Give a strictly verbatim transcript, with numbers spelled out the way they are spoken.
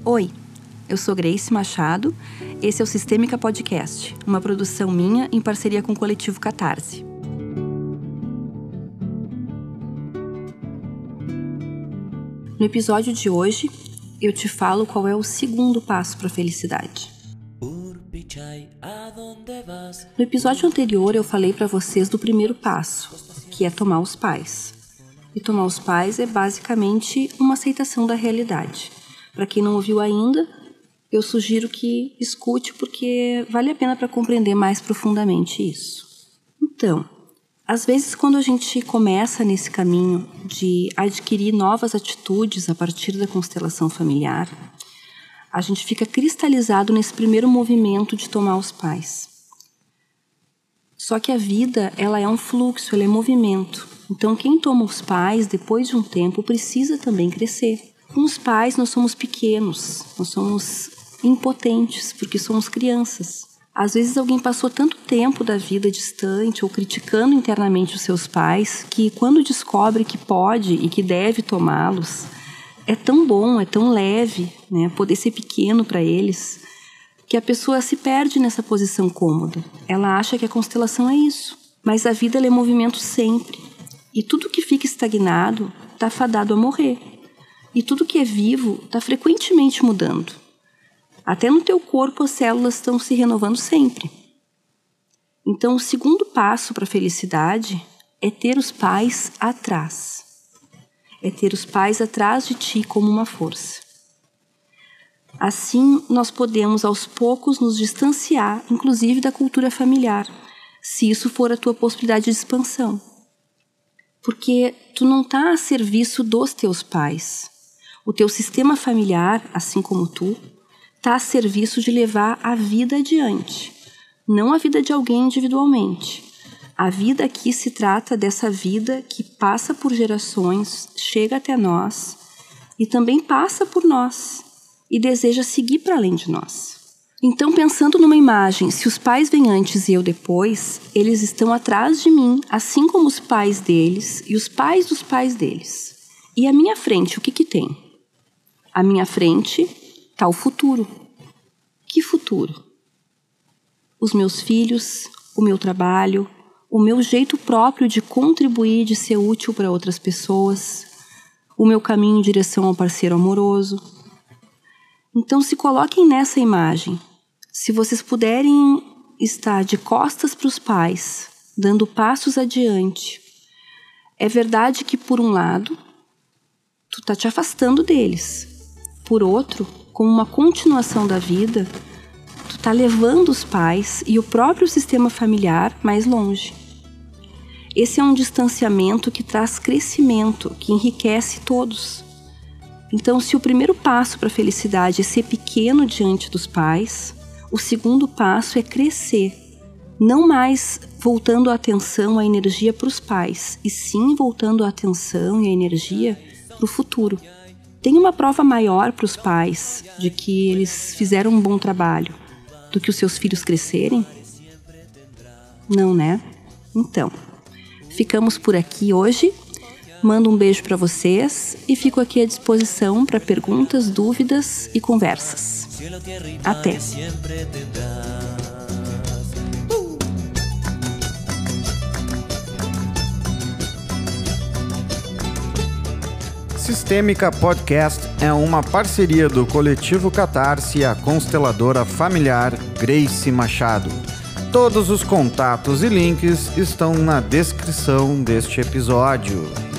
Oi, eu sou Grace Machado, esse é o Sistêmica Podcast, uma produção minha em parceria com o coletivo Catarse. No episódio de hoje, eu te falo qual é o segundo passo para a felicidade. No episódio anterior, eu falei para vocês do primeiro passo, que é tomar os pais. E tomar os pais é basicamente uma aceitação da realidade. Para quem não ouviu ainda, eu sugiro que escute porque vale a pena para compreender mais profundamente isso. Então, às vezes quando a gente começa nesse caminho de adquirir novas atitudes a partir da constelação familiar, a gente fica cristalizado nesse primeiro movimento de tomar os pais. Só que a vida, ela é um fluxo, ela é movimento. Então quem toma os pais, depois de um tempo, precisa também crescer. Com os pais nós somos pequenos, nós somos impotentes, porque somos crianças. Às vezes alguém passou tanto tempo da vida distante ou criticando internamente os seus pais, que quando descobre que pode e que deve tomá-los, é tão bom, é tão leve, né, poder ser pequeno para eles, que a pessoa se perde nessa posição cômoda. Ela acha que a constelação é isso, mas a vida ela é movimento sempre. E tudo que fica estagnado está fadado a morrer. E tudo que é vivo está frequentemente mudando. Até no teu corpo as células estão se renovando sempre. Então o segundo passo para a felicidade é ter os pais atrás. É ter os pais atrás de ti como uma força. Assim nós podemos aos poucos nos distanciar, inclusive da cultura familiar, se isso for a tua possibilidade de expansão. Porque tu não está a serviço dos teus pais. O teu sistema familiar, assim como tu, está a serviço de levar a vida adiante. Não a vida de alguém individualmente. A vida aqui se trata dessa vida que passa por gerações, chega até nós e também passa por nós e deseja seguir para além de nós. Então, pensando numa imagem, se os pais vêm antes e eu depois, eles estão atrás de mim, assim como os pais deles e os pais dos pais deles. E à minha frente, o que que tem? À minha frente está o futuro. Que futuro? Os meus filhos, o meu trabalho, o meu jeito próprio de contribuir, de ser útil para outras pessoas, o meu caminho em direção ao parceiro amoroso. Então se coloquem nessa imagem. Se vocês puderem estar de costas para os pais, dando passos adiante, é verdade que por um lado, tu está te afastando deles. Por outro, como uma continuação da vida, tu está levando os pais e o próprio sistema familiar mais longe. Esse é um distanciamento que traz crescimento, que enriquece todos. Então, se o primeiro passo para a felicidade é ser pequeno diante dos pais, o segundo passo é crescer, não mais voltando a atenção, a energia para os pais, e sim voltando a atenção e a energia para o futuro. Tem uma prova maior para os pais de que eles fizeram um bom trabalho do que os seus filhos crescerem? Não, né? Então, ficamos por aqui hoje. Mando um beijo para vocês e fico aqui à disposição para perguntas, dúvidas e conversas. Até! Sistêmica Podcast é uma parceria do coletivo Catarse e a consteladora familiar Grace Machado. Todos os contatos e links estão na descrição deste episódio.